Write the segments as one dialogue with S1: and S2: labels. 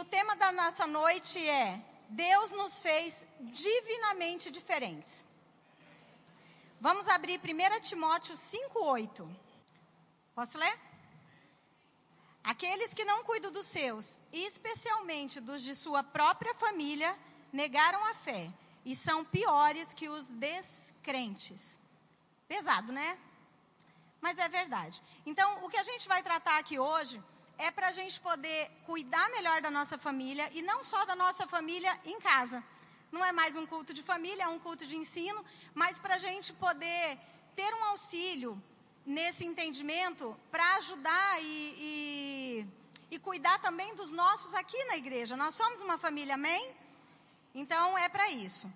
S1: o tema da nossa noite é: Deus nos fez divinamente diferentes. Vamos abrir 1 Timóteo 5:8. Posso ler? Aqueles que não cuidam dos seus, e especialmente dos de sua própria família, negaram a fé e são piores que os descrentes. Pesado, né? Mas é verdade. Então, o que a gente vai tratar aqui hoje é para a gente poder cuidar melhor da nossa família, e não só da nossa família em casa. Não é mais um culto de família, é um culto de ensino, mas para a gente poder ter um auxílio nesse entendimento para ajudar e cuidar também dos nossos aqui na igreja. Nós somos uma família, amém? Então é para isso.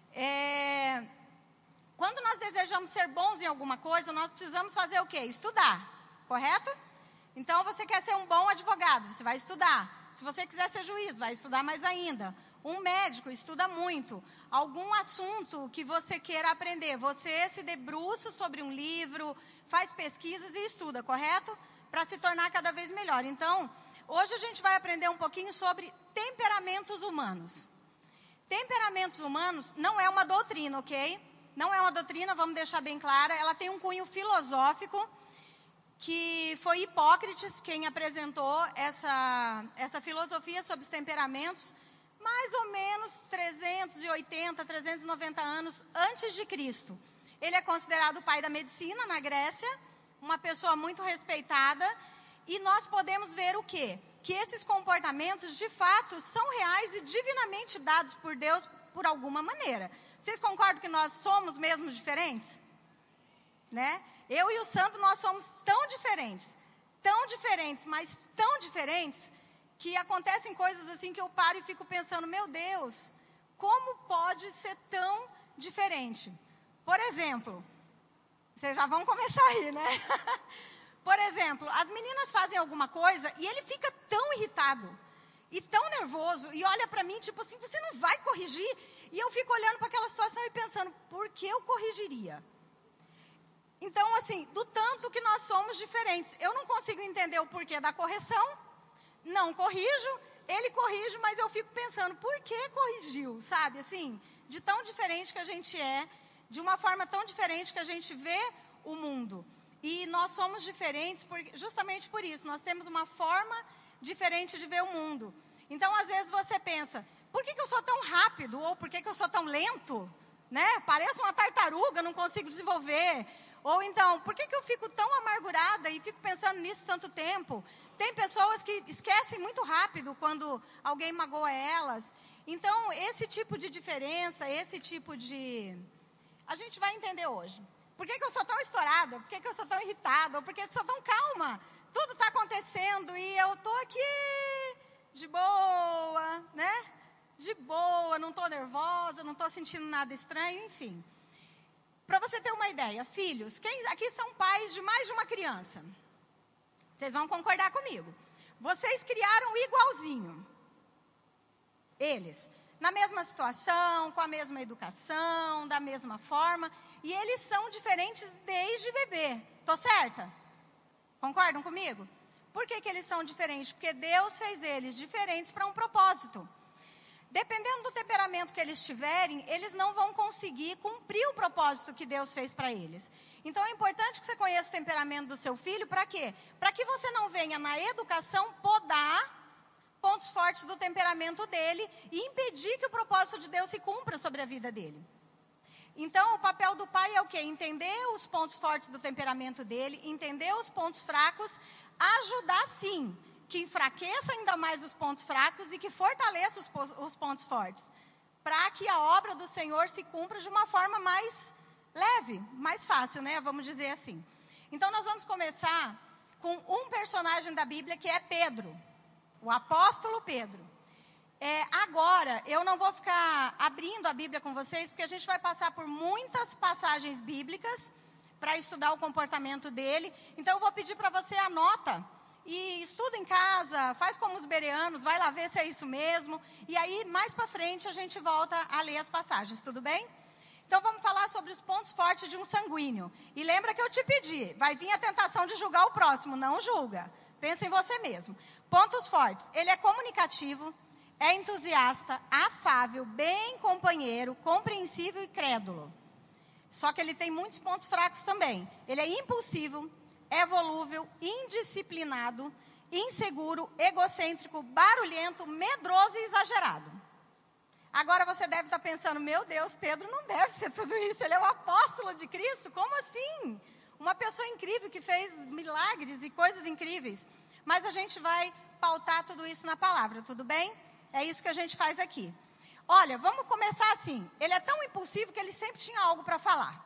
S1: Quando nós desejamos ser bons em alguma coisa, nós precisamos fazer o quê? Estudar, correto? Então você quer ser um bom advogado, você vai estudar. Se você quiser ser juiz, vai estudar mais ainda. Um médico estuda muito. Algum assunto que você queira aprender, você se debruça sobre um livro, faz pesquisas e estuda, correto? Para se tornar cada vez melhor. Então, hoje a gente vai aprender um pouquinho sobre temperamentos humanos. Temperamentos humanos não é uma doutrina, ok? Não é uma doutrina, vamos deixar bem clara. Ela tem um cunho filosófico, que foi Hipócrates quem apresentou essa filosofia sobre os temperamentos, mais ou menos 380, 390 anos antes de Cristo. Ele é considerado o pai da medicina na Grécia, uma pessoa muito respeitada, e nós podemos ver o quê? Que esses comportamentos, de fato, são reais e divinamente dados por Deus por alguma maneira. Vocês concordam que nós somos mesmo diferentes? Né? Eu e o Santo, nós somos tão diferentes, mas tão diferentes, que acontecem coisas assim que eu paro e fico pensando, meu Deus, como pode ser tão diferente? Por exemplo, vocês já vão começar a rir, né? Por exemplo, as meninas fazem alguma coisa e ele fica tão irritado e tão nervoso e olha para mim tipo assim, você não vai corrigir? E eu fico olhando para aquela situação e pensando, por que eu corrigiria? Então, assim, do tanto que nós somos diferentes, eu não consigo entender o porquê da correção, não corrijo, ele corrige, mas eu fico pensando, por que corrigiu, sabe? Assim, de tão diferente que a gente é, de uma forma tão diferente que a gente vê o mundo. E nós somos diferentes justamente por isso, nós temos uma forma diferente de ver o mundo. Então, às vezes você pensa, por que eu sou tão rápido? Ou por que eu sou tão lento? Né? Pareço uma tartaruga, não consigo desenvolver. Ou então, por que eu fico tão amargurada e fico pensando nisso tanto tempo? Tem pessoas que esquecem muito rápido quando alguém magoa elas. Então, esse tipo de diferença, esse tipo de... a gente vai entender hoje. Por que eu sou tão estourada? Por que eu sou tão irritada? Ou por que eu sou tão calma? Tudo está acontecendo e eu estou aqui de boa, né? De boa, não estou nervosa, não estou sentindo nada estranho, enfim. Para você ter uma ideia, filhos, quem aqui são pais de mais de uma criança? Vocês vão concordar comigo. Vocês criaram igualzinho. Eles, na mesma situação, com a mesma educação, da mesma forma. E eles são diferentes desde bebê. Tô certa? Concordam comigo? Por que eles são diferentes? Porque Deus fez eles diferentes para um propósito. Dependendo do temperamento que eles tiverem, eles não vão conseguir cumprir o propósito que Deus fez para eles. Então é importante que você conheça o temperamento do seu filho, para quê? Para que você não venha na educação podar pontos fortes do temperamento dele e impedir que o propósito de Deus se cumpra sobre a vida dele. Então o papel do pai é o quê? Entender os pontos fortes do temperamento dele, entender os pontos fracos, ajudar sim, que enfraqueça ainda mais os pontos fracos e que fortaleça os pontos fortes, para que a obra do Senhor se cumpra de uma forma mais leve, mais fácil, né? Vamos dizer assim. Então nós vamos começar com um personagem da Bíblia que é Pedro, o apóstolo Pedro. Agora, eu não vou ficar abrindo a Bíblia com vocês, porque a gente vai passar por muitas passagens bíblicas para estudar o comportamento dele. Então eu vou pedir para você anota e estuda em casa, faz como os bereanos, vai lá ver se é isso mesmo. E aí, mais para frente, a gente volta a ler as passagens, tudo bem? Então, vamos falar sobre os pontos fortes de um sanguíneo. E lembra que eu te pedi, vai vir a tentação de julgar o próximo, não julga. Pensa em você mesmo. Pontos fortes. Ele é comunicativo, é entusiasta, afável, bem companheiro, compreensível e crédulo. Só que ele tem muitos pontos fracos também. Ele é impulsivo, é volúvel, indisciplinado, inseguro, egocêntrico, barulhento, medroso e exagerado. Agora você deve estar pensando, meu Deus, Pedro não deve ser tudo isso. Ele é o apóstolo de Cristo? Como assim? Uma pessoa incrível que fez milagres e coisas incríveis. Mas a gente vai pautar tudo isso na palavra, tudo bem? É isso que a gente faz aqui. Olha, vamos começar assim. Ele é tão impulsivo que ele sempre tinha algo para falar.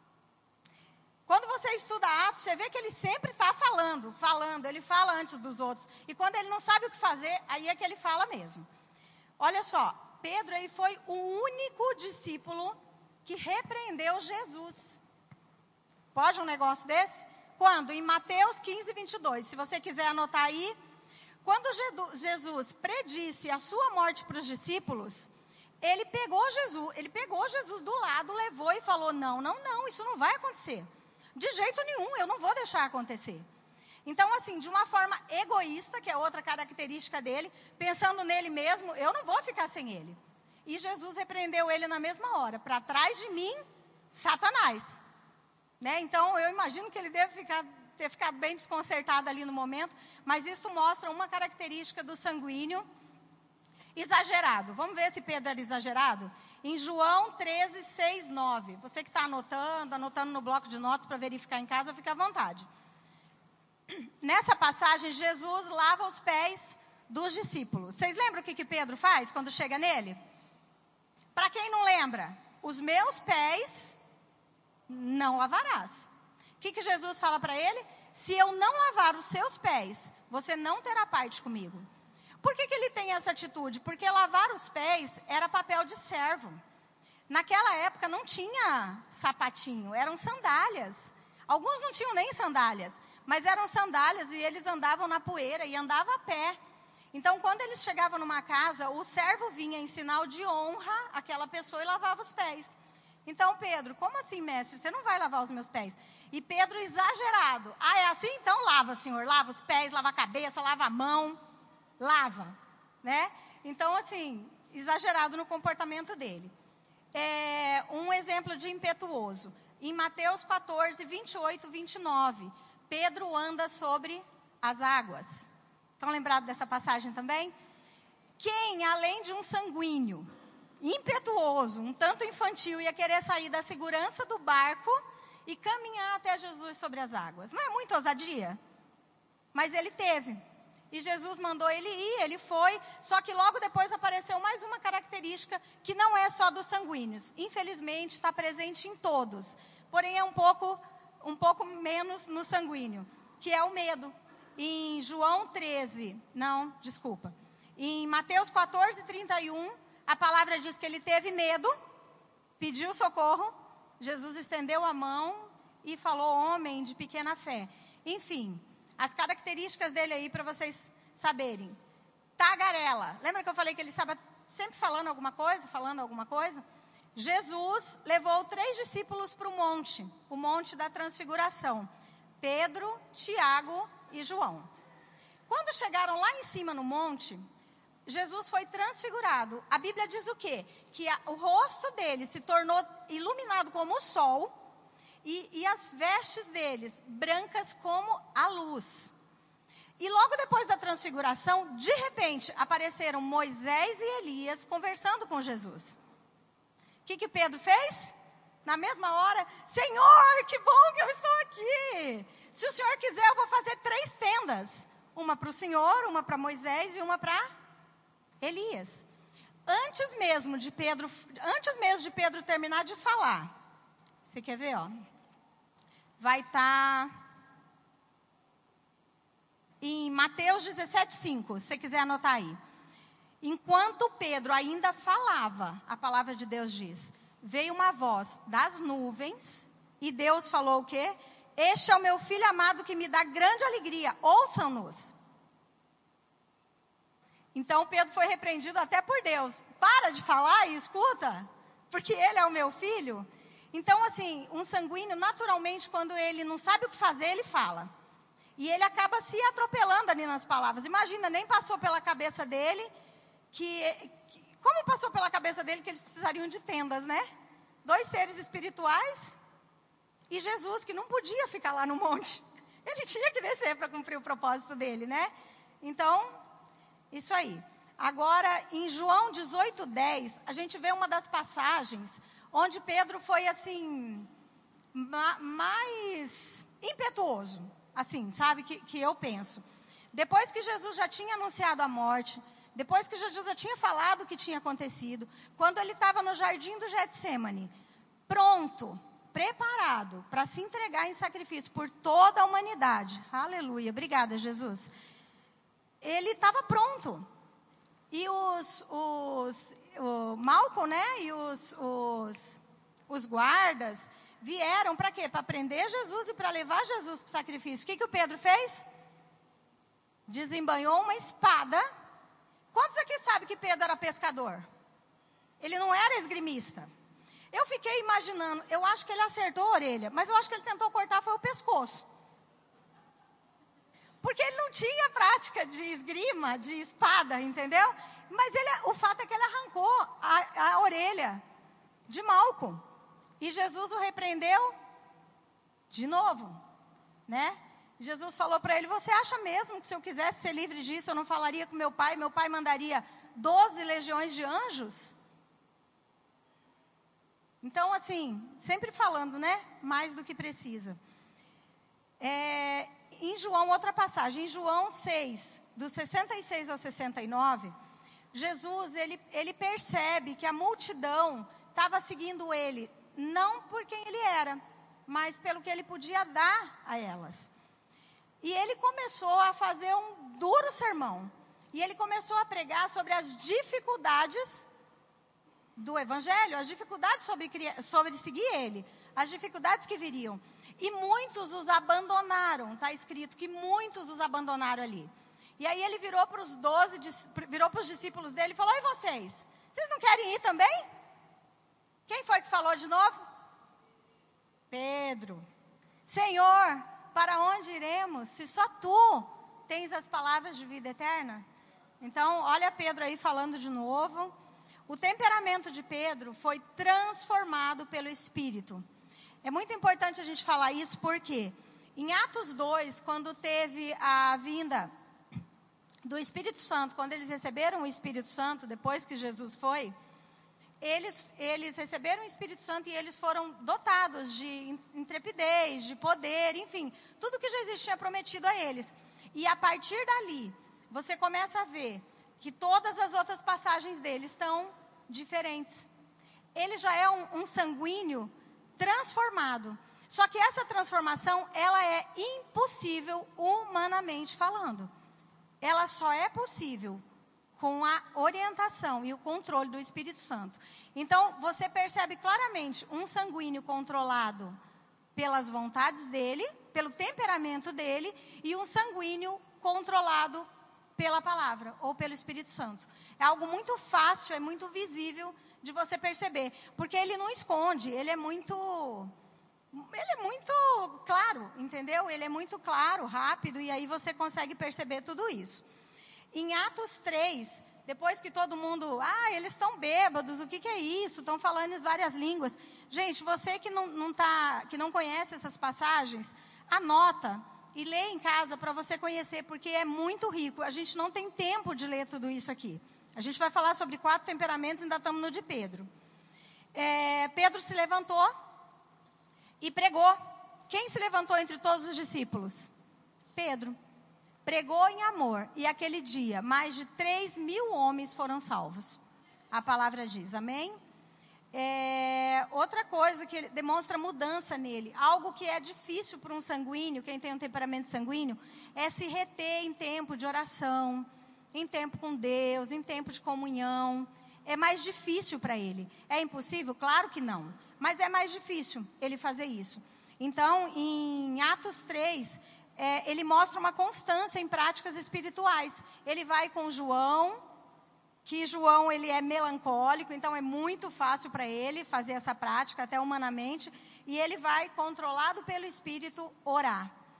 S1: Quando você estuda Atos, você vê que ele sempre está falando. Ele fala antes dos outros. E quando ele não sabe o que fazer, aí é que ele fala mesmo. Olha só, Pedro, ele foi o único discípulo que repreendeu Jesus. Pode um negócio desse? Quando? Em Mateus 15, 22. Se você quiser anotar aí. Quando Jesus predisse a sua morte para os discípulos, ele pegou Jesus do lado, levou e falou, não, isso não vai acontecer. De jeito nenhum, eu não vou deixar acontecer. Então, assim, de uma forma egoísta, que é outra característica dele, pensando nele mesmo, eu não vou ficar sem ele. E Jesus repreendeu ele na mesma hora. Para trás de mim, Satanás. Né? Então, eu imagino que ele deve ter ficado bem desconcertado ali no momento. Mas isso mostra uma característica do sanguíneo exagerado. Vamos ver se Pedro era exagerado? Em João 13, 6, 9. Você que está anotando no bloco de notas para verificar em casa, fica à vontade. Nessa passagem, Jesus lava os pés dos discípulos. Vocês lembram o que Pedro faz quando chega nele? Para quem não lembra, os meus pés não lavarás. O que Jesus fala para ele? Se eu não lavar os seus pés, você não terá parte comigo. Por que ele tem essa atitude? Porque lavar os pés era papel de servo. Naquela época não tinha sapatinho, eram sandálias. Alguns não tinham nem sandálias, mas eram sandálias e eles andavam na poeira e andavam a pé. Então, quando eles chegavam numa casa, o servo vinha em sinal de honra àquela pessoa e lavava os pés. Então, Pedro, como assim, mestre? Você não vai lavar os meus pés? E Pedro, exagerado. Ah, é assim? Então lava, senhor. Lava os pés, lava a cabeça, lava a mão. Lava, né? Então, assim, exagerado no comportamento dele. Um exemplo de impetuoso. Em Mateus 14, 28, 29, Pedro anda sobre as águas. Estão lembrados dessa passagem também? Quem, além de um sanguíneo, impetuoso, um tanto infantil, ia querer sair da segurança do barco e caminhar até Jesus sobre as águas? Não é muita ousadia? Mas ele teve. E Jesus mandou ele ir, ele foi, só que logo depois apareceu mais uma característica que não é só dos sanguíneos. Infelizmente, está presente em todos, porém é um pouco menos no sanguíneo, que é o medo. Em em Mateus 14, 31, a palavra diz que ele teve medo, pediu socorro, Jesus estendeu a mão e falou, homem de pequena fé. Enfim, as características dele aí para vocês saberem. Tagarela. Lembra que eu falei que ele estava sempre falando alguma coisa? Jesus levou 3 discípulos para o monte da transfiguração. Pedro, Tiago e João. Quando chegaram lá em cima no monte, Jesus foi transfigurado. A Bíblia diz o quê? Que o rosto dele se tornou iluminado como o sol. E as vestes deles, brancas como a luz. E logo depois da transfiguração, de repente, apareceram Moisés e Elias conversando com Jesus. O que Pedro fez? Na mesma hora, Senhor, que bom que eu estou aqui. Se o Senhor quiser, eu vou fazer 3 tendas. Uma para o Senhor, uma para Moisés e uma para Elias. Antes mesmo de Pedro terminar de falar. Você quer ver, ó? Vai estar em Mateus 17, 5, se você quiser anotar aí. Enquanto Pedro ainda falava, a palavra de Deus diz, veio uma voz das nuvens e Deus falou o quê? Este é o meu filho amado que me dá grande alegria, ouçam-nos. Então Pedro foi repreendido até por Deus. Para de falar e escuta, porque ele é o meu filho. Então, assim, um sanguíneo, naturalmente, quando ele não sabe o que fazer, ele fala. E ele acaba se atropelando ali nas palavras. Imagina, nem passou pela cabeça dele como passou pela cabeça dele que eles precisariam de tendas, né? 2 seres espirituais e Jesus, que não podia ficar lá no monte. Ele tinha que descer para cumprir o propósito dele, né? Então, isso aí. Agora, em João 18:10, a gente vê uma das passagens onde Pedro foi, assim, mais impetuoso, assim, sabe, que eu penso. Depois que Jesus já tinha anunciado a morte, depois que Jesus já tinha falado o que tinha acontecido, quando ele estava no jardim do Getsêmani, pronto, preparado para se entregar em sacrifício por toda a humanidade. Aleluia, obrigada, Jesus. Ele estava pronto. E o Malcolm, né, e os guardas vieram para quê? Para prender Jesus e para levar Jesus para o sacrifício. O que o Pedro fez? Desembanhou uma espada. Quantos aqui sabem que Pedro era pescador? Ele não era esgrimista. Eu fiquei imaginando, eu acho que ele acertou a orelha, mas eu acho que ele tentou cortar foi o pescoço. Porque ele não tinha prática de esgrima, de espada, entendeu? Mas o fato é que ele arrancou a orelha de Malco. E Jesus o repreendeu de novo, né? Jesus falou para ele, você acha mesmo que se eu quisesse ser livre disso, eu não falaria com meu pai mandaria 12 legiões de anjos? Então, assim, sempre falando, né? Mais do que precisa. Em João, outra passagem, em João 6, do 66 ao 69, Jesus, ele percebe que a multidão estava seguindo ele, não por quem ele era, mas pelo que ele podia dar a elas. E ele começou a fazer um duro sermão. E ele começou a pregar sobre as dificuldades do evangelho, as dificuldades sobre seguir ele, as dificuldades que viriam. E muitos os abandonaram, está escrito que muitos os abandonaram ali. E aí ele virou para os discípulos dele e falou, e vocês? Vocês não querem ir também? Quem foi que falou de novo? Pedro. Senhor, para onde iremos, se só tu tens as palavras de vida eterna? Então, olha Pedro aí falando de novo. O temperamento de Pedro foi transformado pelo Espírito. É muito importante a gente falar isso porque em Atos 2, quando teve a vinda do Espírito Santo, quando eles receberam o Espírito Santo, depois que Jesus foi, eles receberam o Espírito Santo e eles foram dotados de intrepidez, de poder, enfim, tudo que Jesus tinha prometido a eles. E a partir dali, você começa a ver que todas as outras passagens dele estão diferentes. Ele já é um sanguíneo transformado. Só que essa transformação, ela é impossível humanamente falando. Ela só é possível com a orientação e o controle do Espírito Santo. Então, você percebe claramente um sanguíneo controlado pelas vontades dele, pelo temperamento dele, e um sanguíneo controlado pela palavra ou pelo Espírito Santo. É algo muito fácil, é muito visível de você perceber, porque ele não esconde, ele é muito claro, entendeu? Ele é muito claro, rápido, e aí você consegue perceber tudo isso. Em Atos 3, depois que todo mundo, eles estão bêbados, o que é isso? Estão falando em várias línguas. Gente, você que não conhece essas passagens, anota e lê em casa para você conhecer, porque é muito rico. A gente não tem tempo de ler tudo isso aqui. A gente vai falar sobre 4 temperamentos, ainda estamos no de Pedro. Pedro se levantou e pregou. Quem se levantou entre todos os discípulos? Pedro. Pregou em amor, e aquele dia, mais de 3.000 homens foram salvos. A palavra diz, amém? Outra coisa que demonstra mudança nele, algo que é difícil para um sanguíneo, quem tem um temperamento sanguíneo, é se reter em tempo de oração, em tempo com Deus, em tempo de comunhão. É mais difícil para ele. É impossível? Claro que não. Mas é mais difícil ele fazer isso. Então, em Atos 3, ele mostra uma constância em práticas espirituais. Ele vai com João, que João ele é melancólico, então é muito fácil para ele fazer essa prática, até humanamente. E ele vai, controlado pelo Espírito, orar.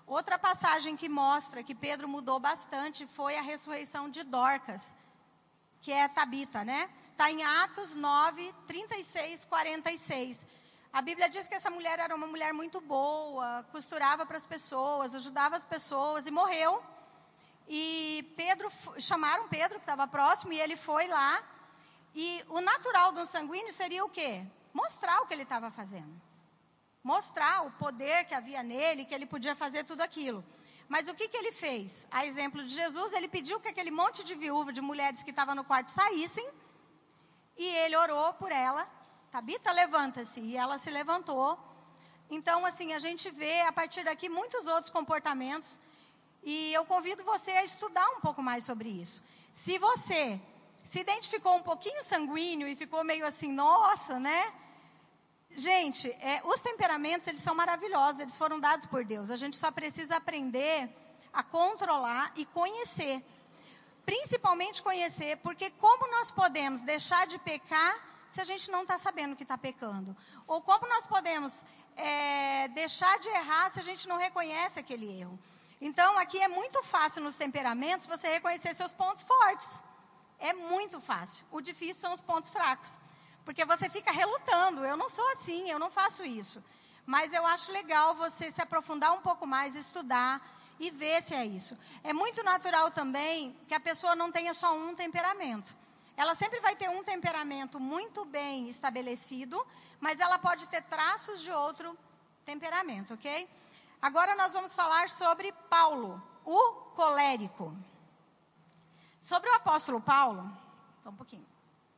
S1: Outra passagem que mostra que Pedro mudou bastante foi a ressurreição de Dorcas, que é Tabita, né? Está em Atos 9, 36, 46. A Bíblia diz que essa mulher era uma mulher muito boa, costurava para as pessoas, ajudava as pessoas e morreu. E chamaram Pedro, que estava próximo, e ele foi lá. E o natural de um sanguíneo seria o quê? Mostrar o que ele estava fazendo. Mostrar o poder que havia nele, que ele podia fazer tudo aquilo. Mas o que ele fez? A exemplo de Jesus, ele pediu que aquele monte de viúva, de mulheres que estavam no quarto saíssem. E ele orou por ela. Tabita, levanta-se. E ela se levantou. Então, assim, a gente vê a partir daqui muitos outros comportamentos. E eu convido você a estudar um pouco mais sobre isso. Se você se identificou um pouquinho sanguíneo e ficou meio assim, nossa, né? Gente, os temperamentos, eles são maravilhosos, eles foram dados por Deus. A gente só precisa aprender a controlar e conhecer. Principalmente conhecer, porque como nós podemos deixar de pecar se a gente não está sabendo que está pecando? Ou como nós podemos deixar de errar se a gente não reconhece aquele erro? Então, aqui é muito fácil nos temperamentos você reconhecer seus pontos fortes. É muito fácil. O difícil são os pontos fracos. Porque você fica relutando, eu não sou assim, eu não faço isso. Mas eu acho legal você se aprofundar um pouco mais, estudar e ver se é isso. É muito natural também que a pessoa não tenha só um temperamento. Ela sempre vai ter um temperamento muito bem estabelecido, mas ela pode ter traços de outro temperamento, ok? Agora nós vamos falar sobre Paulo, o colérico. Sobre o apóstolo Paulo, só um pouquinho.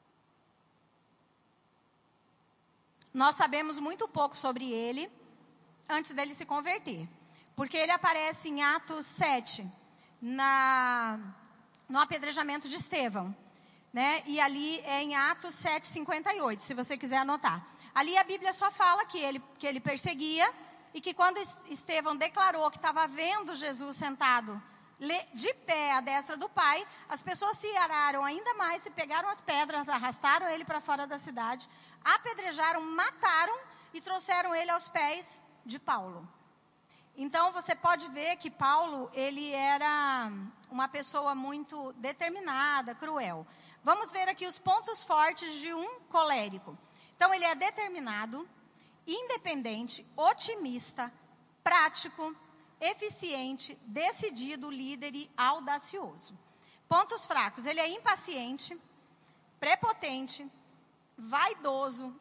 S1: Nós sabemos muito pouco sobre ele antes dele se converter. Porque ele aparece em Atos 7, no apedrejamento de Estevão. Né? E ali é em Atos 7, 58, se você quiser anotar. Ali a Bíblia só fala que ele perseguia e que quando Estevão declarou que estava vendo Jesus sentado de pé à destra do Pai, as pessoas se araram ainda mais, se pegaram as pedras, arrastaram ele para fora da cidade, apedrejaram, mataram e trouxeram ele aos pés de Paulo. Então você pode ver que Paulo, ele era uma pessoa muito determinada, cruel. Vamos ver aqui os pontos fortes de um colérico. Então ele é determinado, independente, otimista, prático, eficiente, decidido, líder e audacioso. Pontos fracos: ele é impaciente, prepotente, vaidoso,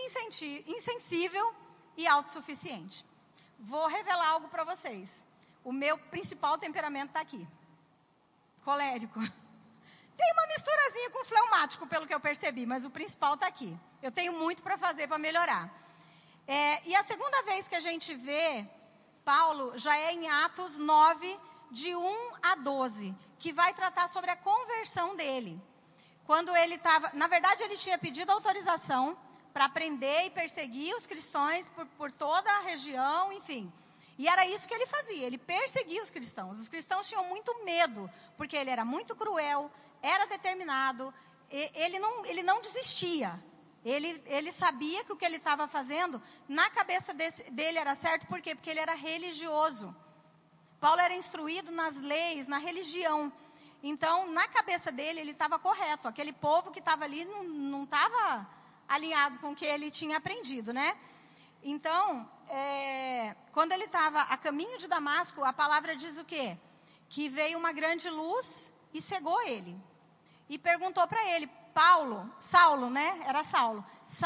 S1: insensível e autossuficiente. Vou revelar algo para vocês. O meu principal temperamento está aqui. Colérico. Tem uma misturazinha com fleumático, pelo que eu percebi, mas o principal está aqui. Eu tenho muito para fazer para melhorar. E a segunda vez que a gente vê Paulo já é em Atos 9, de 1 a 12, que vai tratar sobre a conversão dele. Quando ele estava, na verdade ele tinha pedido autorização para prender e perseguir os cristãos por toda a região, enfim. E era isso que ele fazia, ele perseguia os cristãos. Os cristãos tinham muito medo, porque ele era muito cruel, era determinado, ele não desistia. Ele sabia que o que ele estava fazendo, na cabeça dele era certo, por quê? Porque ele era religioso. Paulo era instruído nas leis, na religião. Então, na cabeça dele, ele estava correto. Aquele povo que estava ali não estava alinhado com o que ele tinha aprendido, né? Então, quando ele estava a caminho de Damasco, a palavra diz o quê? Que veio uma grande luz e cegou ele. E perguntou para ele: Saulo, né? Era Saulo.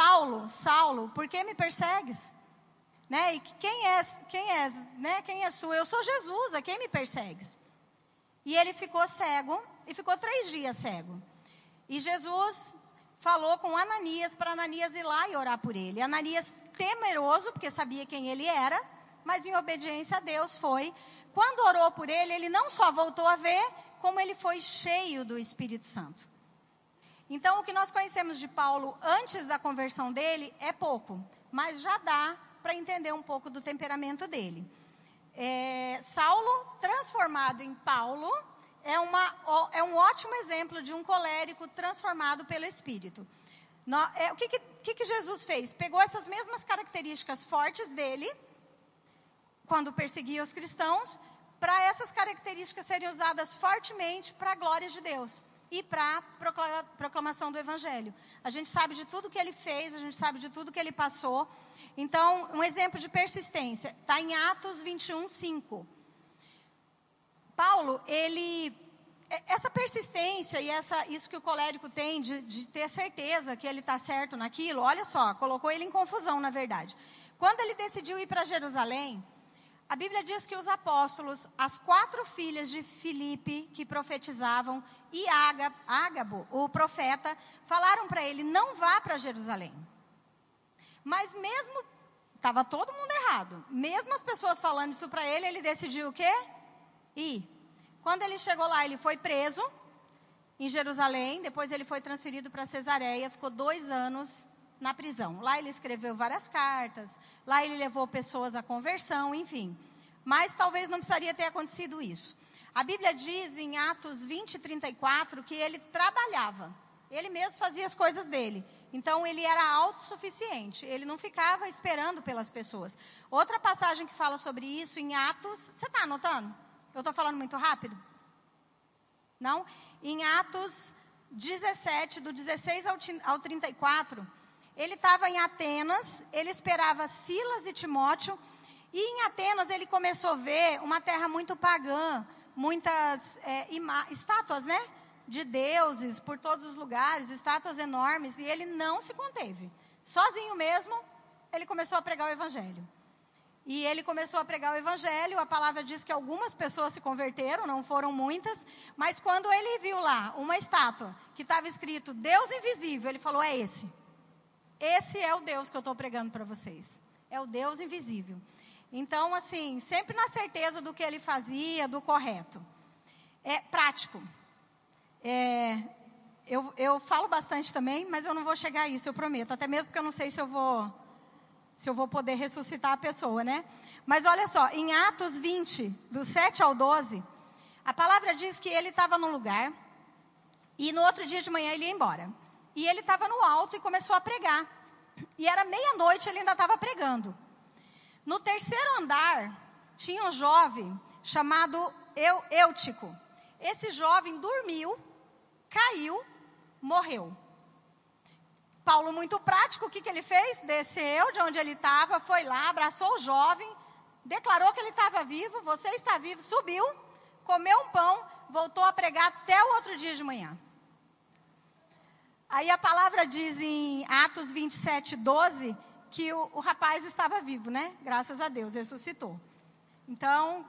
S1: Saulo, por que me persegues? Né? E quem és, né? Quem és tu? Eu sou Jesus, a quem me persegues? E ele ficou cego, e ficou 3 dias cego. E Jesus falou com Ananias, para Ananias ir lá e orar por ele. Ananias, temeroso, porque sabia quem ele era, mas em obediência a Deus foi. Quando orou por ele, ele não só voltou a ver, como ele foi cheio do Espírito Santo. Então, o que nós conhecemos de Paulo antes da conversão dele é pouco, mas já dá para entender um pouco do temperamento dele. Saulo, transformado em Paulo, é um ótimo exemplo de um colérico transformado pelo Espírito. O que Jesus fez? Pegou essas mesmas características fortes dele, quando perseguia os cristãos, para essas características serem usadas fortemente para a glória de Deus e para a proclamação do Evangelho. A gente sabe de tudo que ele fez, a gente sabe de tudo que ele passou. Então, um exemplo de persistência está em Atos 21:5. Paulo, essa persistência e isso que o colérico tem de ter certeza que ele está certo naquilo, olha só, colocou ele em confusão, na verdade. Quando ele decidiu ir para Jerusalém, a Bíblia diz que os apóstolos, as 4 filhas de Filipe que profetizavam, e Ágabo, o profeta, falaram para ele, não vá para Jerusalém. Mas mesmo, estava todo mundo errado, mesmo as pessoas falando isso para ele, ele decidiu o quê? Ir. Quando ele chegou lá, ele foi preso em Jerusalém, depois ele foi transferido para Cesareia, ficou 2 anos na prisão. Lá ele escreveu várias cartas, lá ele levou pessoas à conversão, enfim. Mas talvez não precisaria ter acontecido isso. A Bíblia diz em Atos 20:34 que ele trabalhava. Ele mesmo fazia as coisas dele. Então ele era autossuficiente. Ele não ficava esperando pelas pessoas. Outra passagem que fala sobre isso em Atos... Você está anotando? Eu estou falando muito rápido? Não? Em Atos 17, do 16 ao 34... Ele estava em Atenas, ele esperava Silas e Timóteo, e em Atenas ele começou a ver uma terra muito pagã, muitas estátuas, né? De deuses por todos os lugares, estátuas enormes, e ele não se conteve. Sozinho mesmo, ele começou a pregar o Evangelho. E ele começou a pregar o Evangelho, a palavra diz que algumas pessoas se converteram, não foram muitas, mas quando ele viu lá uma estátua que estava escrito Deus Invisível, ele falou, é esse. Esse é o Deus que eu estou pregando para vocês. É o Deus invisível. Então, assim, sempre na certeza do que ele fazia, do correto. É prático. Eu falo bastante também, mas eu não vou chegar a isso, eu prometo. Até mesmo porque eu não sei se eu vou poder ressuscitar a pessoa, né? Mas olha só, em Atos 20, do 7 ao 12, a palavra diz que ele estava num lugar e no outro dia de manhã ele ia embora. E ele estava no alto e começou a pregar. E era meia-noite, ele ainda estava pregando. No 3º andar, tinha um jovem chamado Eutico. Esse jovem dormiu, caiu, morreu. Paulo, muito prático, o que ele fez? Desceu de onde ele estava, foi lá, abraçou o jovem, declarou que ele estava vivo, você está vivo, subiu, comeu um pão, voltou a pregar até o outro dia de manhã. Aí a palavra diz em Atos 27:12 que o rapaz estava vivo, né? Graças a Deus, ressuscitou. Então,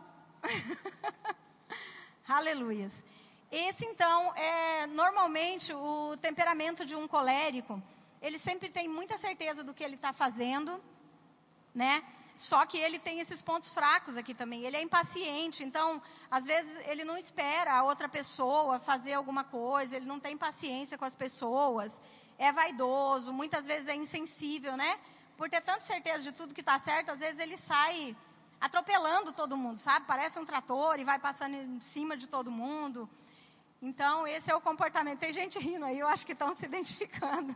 S1: aleluias. Esse então é normalmente o temperamento de um colérico. Ele sempre tem muita certeza do que ele está fazendo, né? Só que ele tem esses pontos fracos aqui também. Ele é impaciente, então, às vezes, ele não espera a outra pessoa fazer alguma coisa, ele não tem paciência com as pessoas, é vaidoso, muitas vezes é insensível, né? Por ter tanta certeza de tudo que está certo, às vezes ele sai atropelando todo mundo, sabe? Parece um trator e vai passando em cima de todo mundo. Então, esse é o comportamento. Tem gente rindo aí, eu acho que estão se identificando.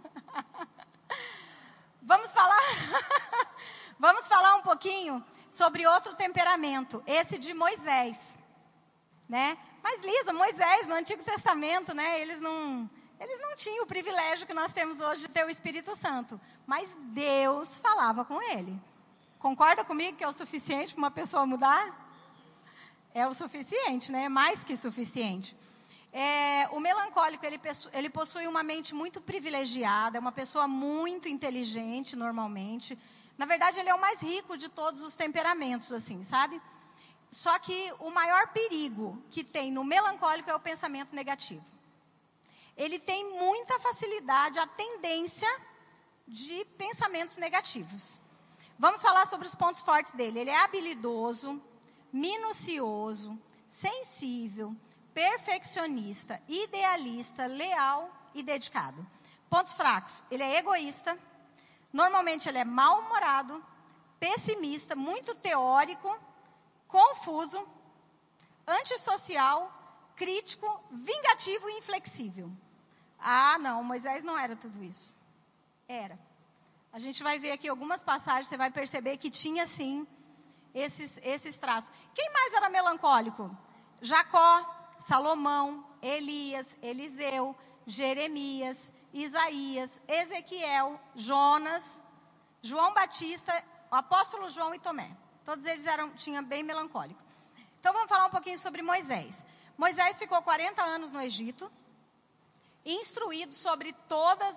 S1: Vamos falar um pouquinho sobre outro temperamento, esse de Moisés, né? Mas Lisa, Moisés no Antigo Testamento, né? Eles não tinham o privilégio que nós temos hoje de ter o Espírito Santo, mas Deus falava com ele. Concorda comigo que é o suficiente para uma pessoa mudar? É o suficiente, né? É mais que suficiente. O melancólico, ele possui uma mente muito privilegiada, é uma pessoa muito inteligente normalmente. Na verdade, ele é o mais rico de todos os temperamentos, assim, sabe? Só que o maior perigo que tem no melancólico é o pensamento negativo. Ele tem muita facilidade, a tendência de pensamentos negativos. Vamos falar sobre os pontos fortes dele. Ele é habilidoso, minucioso, sensível, perfeccionista, idealista, leal e dedicado. Pontos fracos. Ele é egoísta. Normalmente ele é mal-humorado, pessimista, muito teórico, confuso, antissocial, crítico, vingativo e inflexível. Ah, não, Moisés não era tudo isso. Era. A gente vai ver aqui algumas passagens, você vai perceber que tinha sim esses traços. Quem mais era melancólico? Jacó, Salomão, Elias, Eliseu, Jeremias, Isaías, Ezequiel, Jonas, João Batista, o apóstolo João e Tomé. Todos eles tinham bem melancólico. Então vamos falar um pouquinho sobre Moisés. Moisés ficou 40 anos no Egito, instruído sobre todas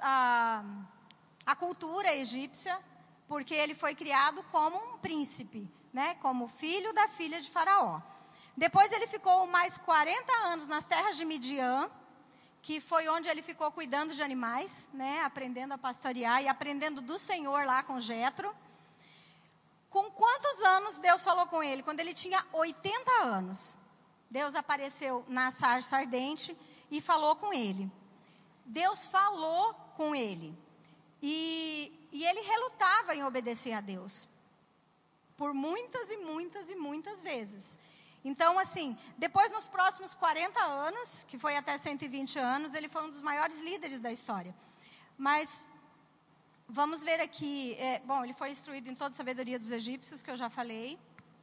S1: a cultura egípcia, porque ele foi criado como um príncipe, né? Como filho da filha de Faraó. Depois ele ficou mais 40 anos nas terras de Midian, que foi onde ele ficou cuidando de animais, né? Aprendendo a pastorear e aprendendo do Senhor lá com Jetro. Com quantos anos Deus falou com ele? Quando ele tinha 80 anos. Deus apareceu na sarça ardente e falou com ele. Deus falou com ele. E ele relutava em obedecer a Deus. Por muitas e muitas e muitas vezes. Então, assim, depois nos próximos 40 anos, que foi até 120 anos, ele foi um dos maiores líderes da história. Mas, vamos ver aqui, bom, ele foi instruído em toda a sabedoria dos egípcios, que eu já falei.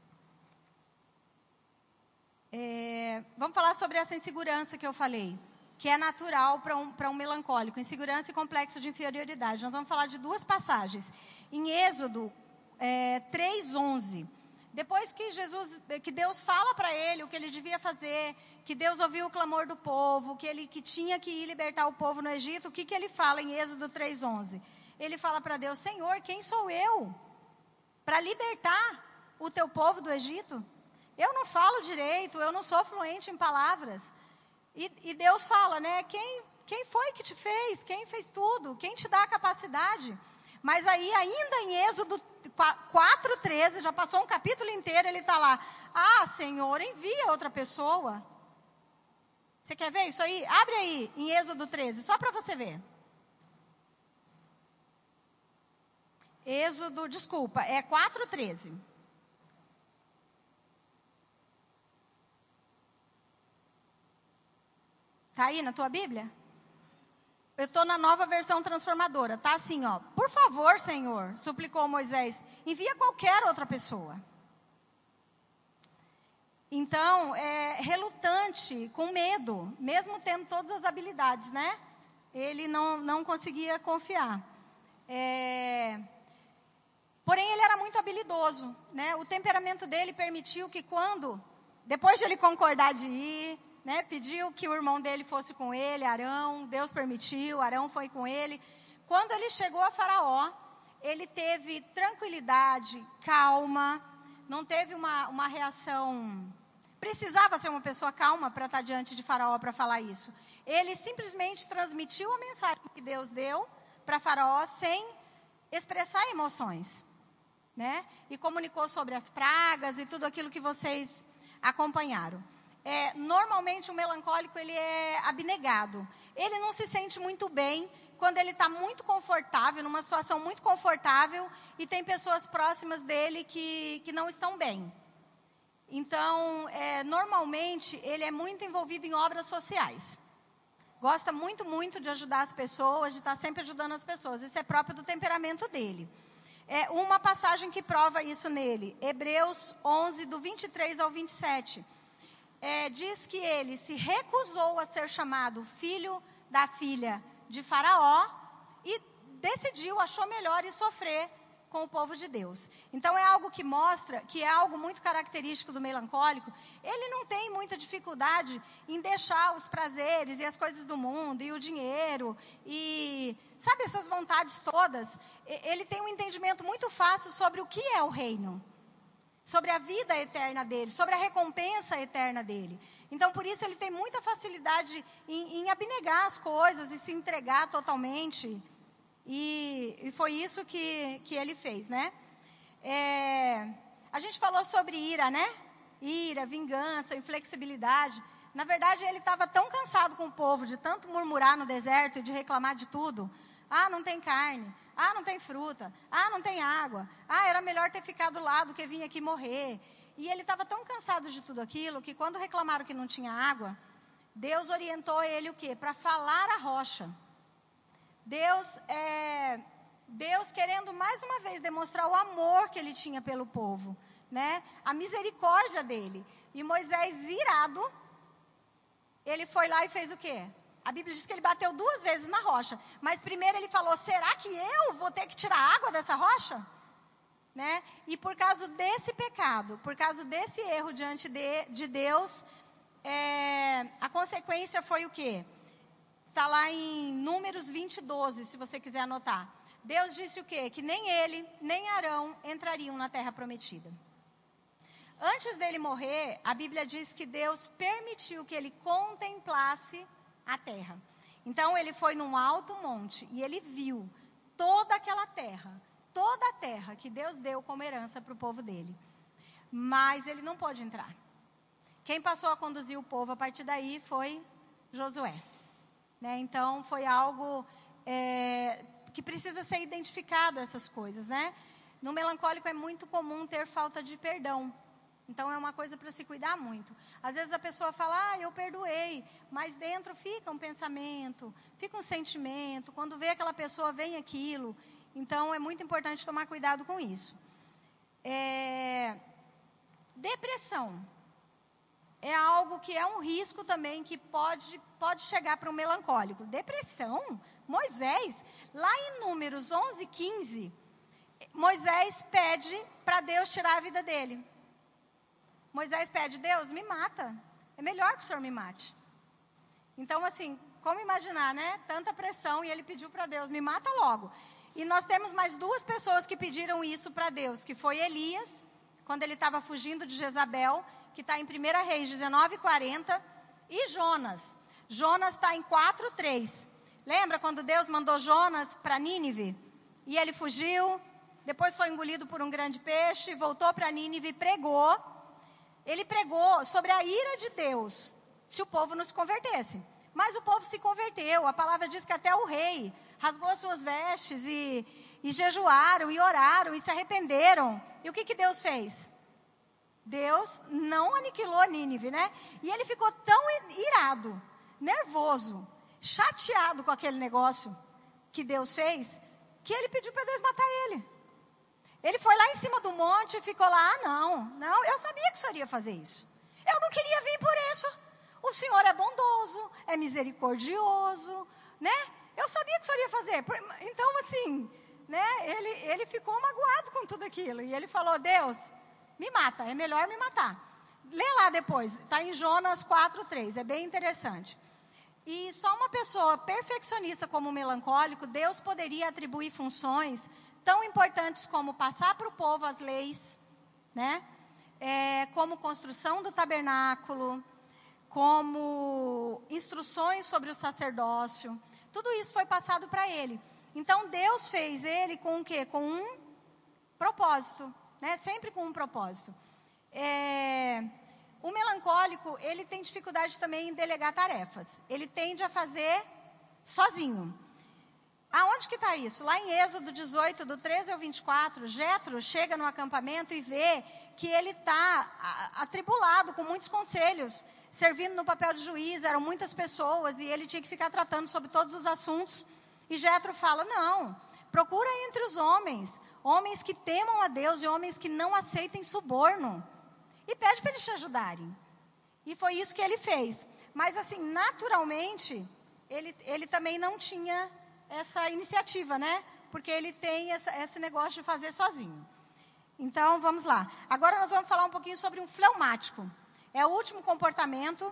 S1: Vamos falar sobre essa insegurança que eu falei, que é natural para um melancólico, insegurança e complexo de inferioridade. Nós vamos falar de duas passagens. Em Êxodo 3:11. Depois que Deus fala para ele o que ele devia fazer, que Deus ouviu o clamor do povo, que tinha que ir libertar o povo no Egito, o que ele fala em Êxodo 3:11? Ele fala para Deus: Senhor, quem sou eu para libertar o teu povo do Egito? Eu não falo direito, eu não sou fluente em palavras. E Deus fala, né? Quem foi que te fez? Quem fez tudo? Quem te dá a capacidade? Mas aí, ainda em Êxodo 4:13, já passou um capítulo inteiro, ele está lá. Ah, Senhor, envia outra pessoa. Você quer ver isso aí? Abre aí, em Êxodo 13, só para você ver. Êxodo, desculpa, é 4:13. Está aí na tua Bíblia? Eu estou na Nova Versão Transformadora. Está assim, ó. Por favor, Senhor, suplicou Moisés, envia qualquer outra pessoa. Então, relutante, com medo, mesmo tendo todas as habilidades, né? Ele não conseguia confiar. Porém, ele era muito habilidoso, né? O temperamento dele permitiu que depois de ele concordar de ir, né, pediu que o irmão dele fosse com ele, Arão, Deus permitiu, Arão foi com ele. Quando ele chegou a Faraó, ele teve tranquilidade, calma, não teve uma reação. Precisava ser uma pessoa calma para estar diante de Faraó para falar isso. Ele simplesmente transmitiu a mensagem que Deus deu para Faraó sem expressar emoções, né? E comunicou sobre as pragas e tudo aquilo que vocês acompanharam. Normalmente o melancólico ele é abnegado. Ele não se sente muito bem quando ele está muito confortável, numa situação muito confortável, e tem pessoas próximas dele que não estão bem. Então, normalmente, ele é muito envolvido em obras sociais. Gosta muito, muito de ajudar as pessoas, de estar sempre ajudando as pessoas. Isso é próprio do temperamento dele. Uma passagem que prova isso nele, Hebreus 11, do 23 ao 27. Diz que ele se recusou a ser chamado filho da filha de Faraó e achou melhor ir sofrer com o povo de Deus. Então é algo que mostra que é algo muito característico do melancólico. Ele não tem muita dificuldade em deixar os prazeres e as coisas do mundo e o dinheiro e, sabe, essas vontades todas. Ele tem um entendimento muito fácil sobre o que é o reino, sobre a vida eterna dele, sobre a recompensa eterna dele. Então, por isso, ele tem muita facilidade em abnegar as coisas e se entregar totalmente. E foi isso que ele fez, né? A gente falou sobre ira, né? Ira, vingança, inflexibilidade. Na verdade, ele estava tão cansado com o povo, de tanto murmurar no deserto e de reclamar de tudo. Ah, não tem carne. Ah, não tem fruta. Ah, não tem água. Ah, era melhor ter ficado lá do que vir aqui morrer. E ele estava tão cansado de tudo aquilo que quando reclamaram que não tinha água, Deus orientou ele o quê? Para falar a rocha. Deus querendo mais uma vez demonstrar o amor que ele tinha pelo povo. né? A misericórdia dele. E Moisés, irado, ele foi lá e fez o quê? A Bíblia diz que ele bateu 2 vezes na rocha. Mas primeiro ele falou, será que eu vou ter que tirar água dessa rocha? Né? E por causa desse pecado, por causa desse erro diante de Deus, a consequência foi o quê? Está lá em Números 20:12, se você quiser anotar. Deus disse o quê? Que nem ele, nem Arão entrariam na terra prometida. Antes dele morrer, a Bíblia diz que Deus permitiu que ele contemplasse a terra. Então ele foi num alto monte e ele viu toda aquela terra, toda a terra que Deus deu como herança para o povo dele. Mas ele não pôde entrar. Quem passou a conduzir o povo a partir daí foi Josué. Né? Então foi algo que precisa ser identificado, essas coisas. Né? No melancólico é muito comum ter falta de perdão. Então é uma coisa para se cuidar muito. Às vezes a pessoa fala, eu perdoei, mas dentro fica um pensamento, fica um sentimento. Quando vê aquela pessoa, vem aquilo. Então é muito importante tomar cuidado com isso. Depressão é algo que é um risco também que pode chegar para um melancólico. Depressão, Moisés, lá em Números 11:15, Moisés pede para Deus tirar a vida dele. Moisés pede, Deus, me mata. É melhor que o Senhor me mate. Então, assim, como imaginar, né? Tanta pressão e ele pediu para Deus, me mata logo. E nós temos mais 2 pessoas que pediram isso para Deus, que foi Elias, quando ele estava fugindo de Jezabel, que está em 1 Reis 19:40, e Jonas. Jonas está em 4:3. Lembra quando Deus mandou Jonas para Nínive? E ele fugiu, depois foi engolido por um grande peixe, voltou para Nínive e pregou. Ele pregou sobre a ira de Deus, se o povo não se convertesse. Mas o povo se converteu. A palavra diz que até o rei rasgou as suas vestes e jejuaram e oraram e se arrependeram. E o que Deus fez? Deus não aniquilou Nínive, né? E ele ficou tão irado, nervoso, chateado com aquele negócio que Deus fez, que ele pediu para Deus matar ele. Ele foi lá em cima do monte e ficou lá, não, eu sabia que o Senhor ia fazer isso. Eu não queria vir por isso. O Senhor é bondoso, é misericordioso, né? Eu sabia que o Senhor ia fazer. Então, assim, né? Ele ficou magoado com tudo aquilo. E ele falou, Deus, me mata, é melhor me matar. Lê lá depois, está em Jonas 4:3, é bem interessante. E só uma pessoa perfeccionista como o melancólico, Deus poderia atribuir funções tão importantes como passar para o povo as leis, né? Como construção do tabernáculo, como instruções sobre o sacerdócio. Tudo isso foi passado para ele. Então Deus fez ele com o quê? Com um propósito, né? Sempre com um propósito. O melancólico, ele tem dificuldade também em delegar tarefas. Ele tende a fazer sozinho. Aonde que está isso? Lá em Êxodo 18, do 13 ao 24, Jetro chega no acampamento e vê que ele está atribulado com muitos conselhos, servindo no papel de juiz, eram muitas pessoas e ele tinha que ficar tratando sobre todos os assuntos. E Jetro fala, não, procura entre os homens que temam a Deus e homens que não aceitem suborno. E pede para eles te ajudarem. E foi isso que ele fez. Mas assim, naturalmente, ele também não tinha essa iniciativa, né? Porque ele tem esse negócio de fazer sozinho. Então, vamos lá. Agora nós vamos falar um pouquinho sobre um fleumático. É o último comportamento.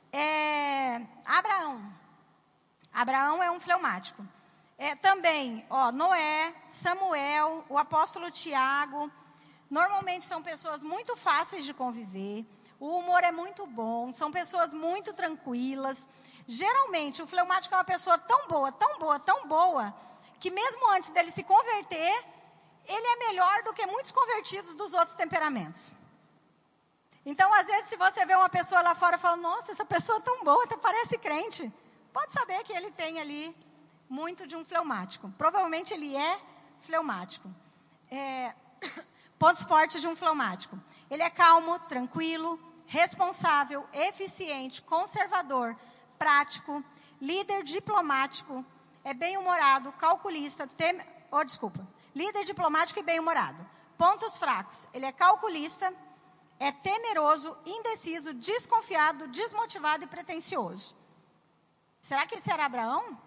S1: Abraão. Abraão é um fleumático. Também, Noé, Samuel, o apóstolo Tiago. Normalmente são pessoas muito fáceis de conviver. O humor é muito bom. São pessoas muito tranquilas. Geralmente, o fleumático é uma pessoa tão boa, tão boa, tão boa, que mesmo antes dele se converter, ele é melhor do que muitos convertidos dos outros temperamentos. Então, às vezes, se você vê uma pessoa lá fora e fala, nossa, essa pessoa é tão boa, até parece crente, pode saber que ele tem ali muito de um fleumático. Provavelmente ele é fleumático. Pontos fortes de um fleumático. Ele é calmo, tranquilo, responsável, eficiente, conservador, prático, líder diplomático, é bem-humorado, calculista, líder diplomático e bem-humorado, Pontos fracos. Ele é calculista, é temeroso, indeciso, desconfiado, desmotivado e pretensioso. Será que esse era Abraão?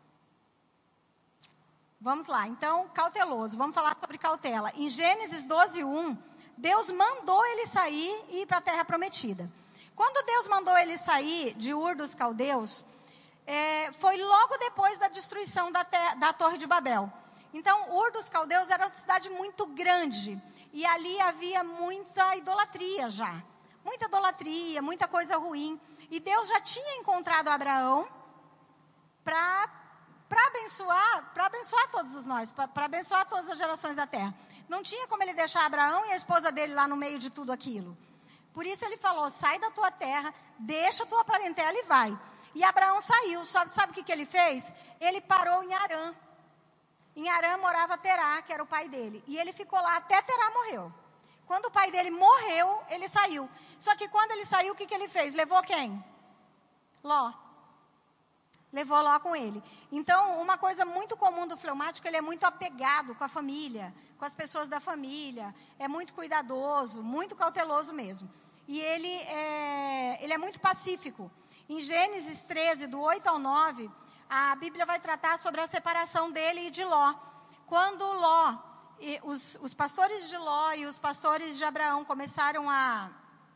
S1: Vamos lá, então, cauteloso. Vamos falar sobre cautela. Em Gênesis 12:1, Deus mandou ele sair e ir para a terra prometida. Quando Deus mandou ele sair de Ur dos Caldeus, foi logo depois da destruição da Torre de Babel. Então, Ur dos Caldeus era uma cidade muito grande. E ali havia muita idolatria já. Muita idolatria, muita coisa ruim. E Deus já tinha encontrado Abraão para abençoar todos nós, para abençoar todas as gerações da terra. Não tinha como ele deixar Abraão e a esposa dele lá no meio de tudo aquilo. Por isso ele falou, sai da tua terra, deixa a tua parentela e vai. E Abraão saiu, sabe o que ele fez? Ele parou em Harã. Em Harã morava Terá, que era o pai dele. E ele ficou lá até Terá morreu. Quando o pai dele morreu, ele saiu. Só que quando ele saiu, o que ele fez? Levou quem? Ló. Levou Ló com ele. Então, uma coisa muito comum do fleumático, ele é muito apegado com a família, com as pessoas da família. É muito cuidadoso, muito cauteloso mesmo. E ele é muito pacífico. Em Gênesis 13, do 8 ao 9, a Bíblia vai tratar sobre a separação dele e de Ló. Quando Ló, os pastores de Ló e os pastores de Abraão começaram a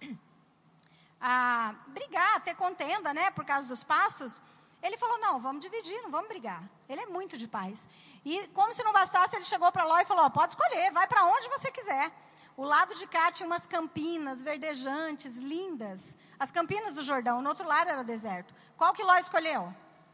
S1: brigar, a ter contenda, né, por causa dos pastos, ele falou, não, vamos dividir, não vamos brigar. Ele é muito de paz. E como se não bastasse, ele chegou para Ló e falou, pode escolher, vai para onde você quiser. O lado de cá tinha umas campinas verdejantes, lindas. As campinas do Jordão, no outro lado era deserto. Qual que Ló escolheu?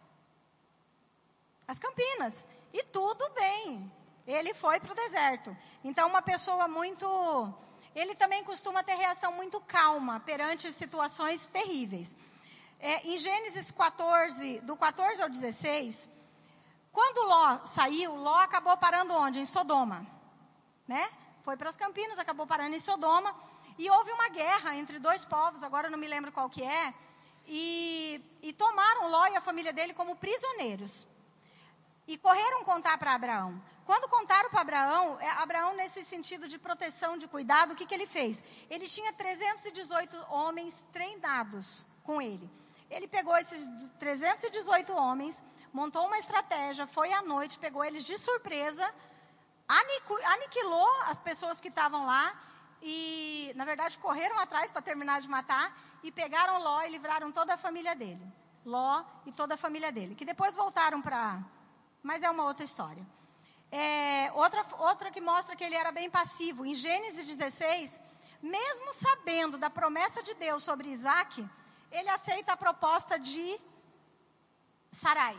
S1: As campinas. E tudo bem. Ele foi para o deserto. Então, uma pessoa muito... Ele também costuma ter reação muito calma perante situações terríveis. Em Gênesis 14, do 14 ao 16, quando Ló saiu, Ló acabou parando onde? Em Sodoma. Né? Foi para as campinas, acabou parando em Sodoma. E houve uma guerra entre dois povos, agora eu não me lembro qual que é. E tomaram Ló e a família dele como prisioneiros. E correram contar para Abraão. Quando contaram para Abraão, Abraão nesse sentido de proteção, de cuidado, o que ele fez? Ele tinha 318 homens treinados com ele. Ele pegou esses 318 homens, montou uma estratégia, foi à noite, pegou eles de surpresa, aniquilou as pessoas que estavam lá e, na verdade, correram atrás para terminar de matar e pegaram Ló e livraram toda a família dele. Ló e toda a família dele, que depois voltaram para... Mas é uma outra história. Outra que mostra que ele era bem passivo. Em Gênesis 16, mesmo sabendo da promessa de Deus sobre Isaac, ele aceita a proposta de Sarai.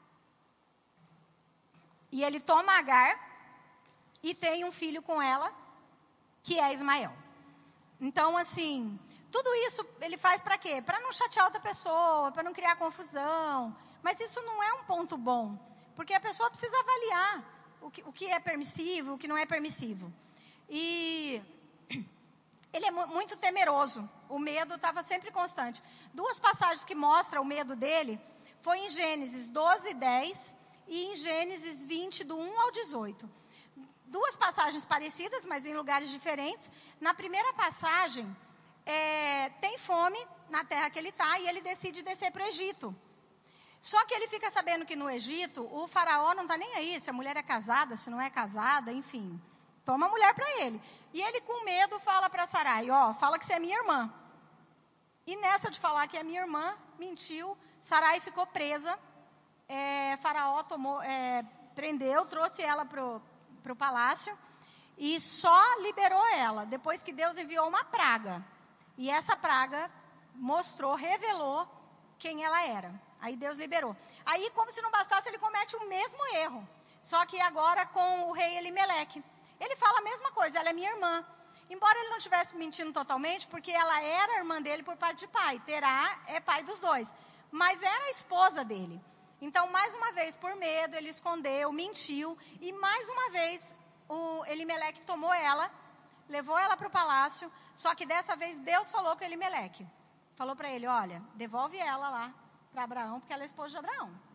S1: E ele toma Agar e tem um filho com ela, que é Ismael. Então, assim, tudo isso ele faz para quê? Para não chatear outra pessoa, para não criar confusão. Mas isso não é um ponto bom. Porque a pessoa precisa avaliar o que é permissivo, o que não é permissivo. E ele é muito temeroso. O medo estava sempre constante. Duas passagens que mostram o medo dele foi em Gênesis 12:10 e em Gênesis 20, do 1 ao 18. Duas passagens parecidas, mas em lugares diferentes. Na primeira passagem, tem fome na terra que ele está e ele decide descer para o Egito. Só que ele fica sabendo que no Egito, o faraó não está nem aí, se a mulher é casada, se não é casada, enfim. Toma a mulher para ele. E ele com medo fala para Sarai, fala que você é minha irmã. E nessa de falar que é minha irmã, mentiu, Sarai ficou presa. Faraó prendeu, trouxe ela para o palácio e só liberou ela, depois que Deus enviou uma praga. E essa praga revelou quem ela era. Aí Deus liberou. Aí, como se não bastasse, ele comete o mesmo erro. Só que agora com o rei Elimeleque. Ele fala a mesma coisa, ela é minha irmã. Embora ele não estivesse mentindo totalmente, porque ela era irmã dele por parte de pai. Terá é pai dos dois. Mas era a esposa dele. Então, mais uma vez, por medo, ele escondeu, mentiu. E mais uma vez, o Elimeleque tomou ela, levou ela para o palácio. Só que dessa vez, Deus falou com Elimeleque. Falou para ele, olha, devolve ela lá para Abraão, porque ela é esposa de Abraão.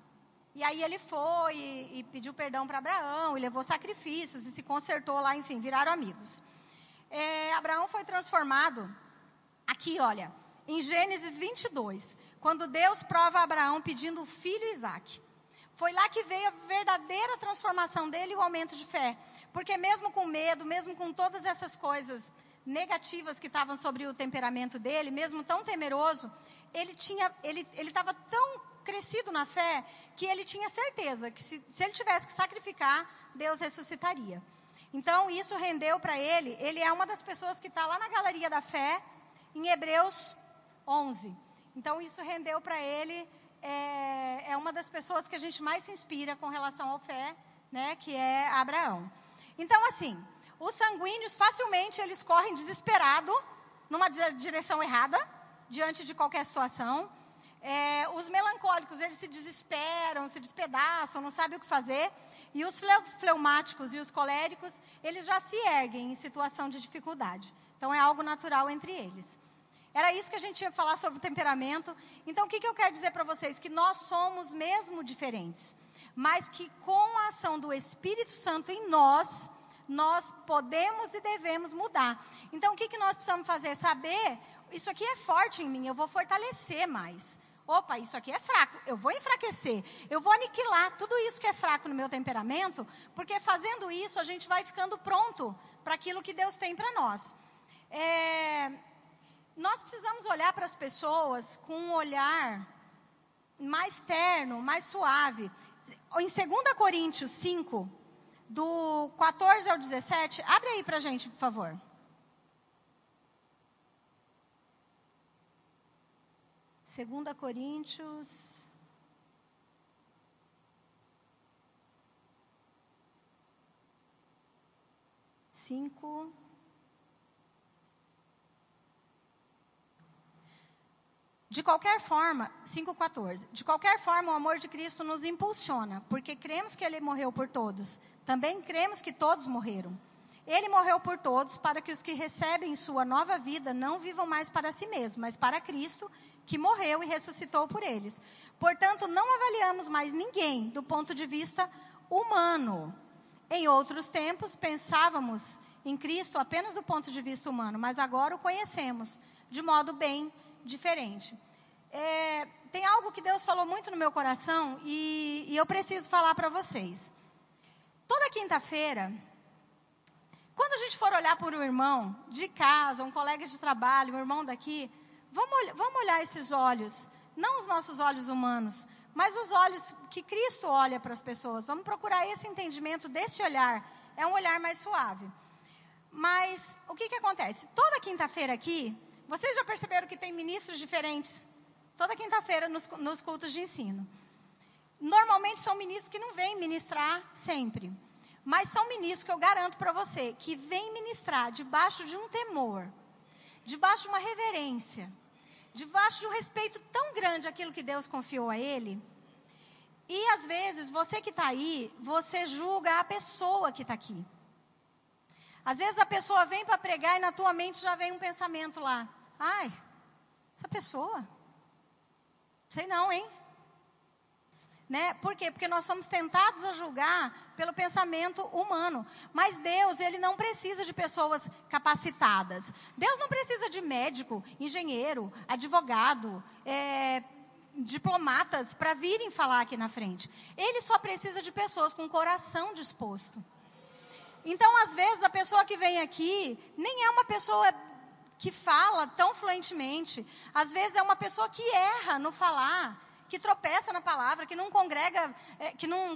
S1: E aí ele foi e pediu perdão para Abraão, e levou sacrifícios, e se consertou lá, enfim, viraram amigos. Abraão foi transformado, aqui olha, em Gênesis 22, quando Deus prova a Abraão pedindo o filho Isaque. Foi lá que veio a verdadeira transformação dele e o aumento de fé. Porque mesmo com medo, mesmo com todas essas coisas negativas que estavam sobre o temperamento dele, mesmo tão temeroso, ele estava tão crescido na fé que ele tinha certeza que se ele tivesse que sacrificar, Deus ressuscitaria. Então isso rendeu para ele é uma das pessoas que está lá na galeria da fé, em Hebreus 11. Então isso rendeu para ele, é uma das pessoas que a gente mais se inspira com relação à fé, né, que é Abraão. Então assim, os sanguíneos facilmente eles correm desesperado numa direção errada, diante de qualquer situação. Os melancólicos, eles se desesperam, se despedaçam, não sabem o que fazer. E os fleumáticos e os coléricos, eles já se erguem em situação de dificuldade. Então é algo natural entre eles. Era isso que a gente ia falar sobre o temperamento. Então o que eu quero dizer para vocês? Que nós somos mesmo diferentes, mas que com a ação do Espírito Santo em nós podemos e devemos mudar. Então o que nós precisamos fazer? Saber, isso aqui é forte em mim, eu vou fortalecer mais. Opa, isso aqui é fraco, eu vou enfraquecer, eu vou aniquilar tudo isso que é fraco no meu temperamento, porque fazendo isso a gente vai ficando pronto para aquilo que Deus tem para nós. Nós precisamos olhar para as pessoas com um olhar mais terno, mais suave. Em 2 Coríntios 5, do 14 ao 17, abre aí para a gente, por favor. Segunda Coríntios 5. De qualquer forma, 5,14. De qualquer forma, o amor de Cristo nos impulsiona, porque cremos que Ele morreu por todos. Também cremos que todos morreram. Ele morreu por todos, para que os que recebem sua nova vida não vivam mais para si mesmos, mas para Cristo, que morreu e ressuscitou por eles. Portanto, não avaliamos mais ninguém do ponto de vista humano. Em outros tempos, pensávamos em Cristo apenas do ponto de vista humano, mas agora o conhecemos de modo bem diferente. Tem algo que Deus falou muito no meu coração e eu preciso falar para vocês. Toda quinta-feira, quando a gente for olhar por um irmão de casa, um colega de trabalho, um irmão daqui, vamos olhar esses olhos, não os nossos olhos humanos, mas os olhos que Cristo olha para as pessoas. Vamos procurar esse entendimento desse olhar. É um olhar mais suave. Mas o que acontece? Toda quinta-feira aqui, vocês já perceberam que tem ministros diferentes? Toda quinta-feira nos cultos de ensino. Normalmente são ministros que não vêm ministrar sempre. Mas são ministros que eu garanto para você, que vêm ministrar debaixo de um temor, debaixo de uma reverência, debaixo de um respeito tão grande àquilo que Deus confiou a ele. E às vezes, você que está aí, você julga a pessoa que está aqui. Às vezes a pessoa vem para pregar e na tua mente já vem um pensamento lá. Ai, essa pessoa, sei não, hein? Né? Por quê? Porque nós somos tentados a julgar pelo pensamento humano. Mas Deus, Ele não precisa de pessoas capacitadas. Deus não precisa de médico, engenheiro, advogado, diplomatas para virem falar aqui na frente. Ele só precisa de pessoas com coração disposto. Então, às vezes, a pessoa que vem aqui nem é uma pessoa que fala tão fluentemente. Às vezes é uma pessoa que erra no falar, que tropeça na palavra, que não congrega, que não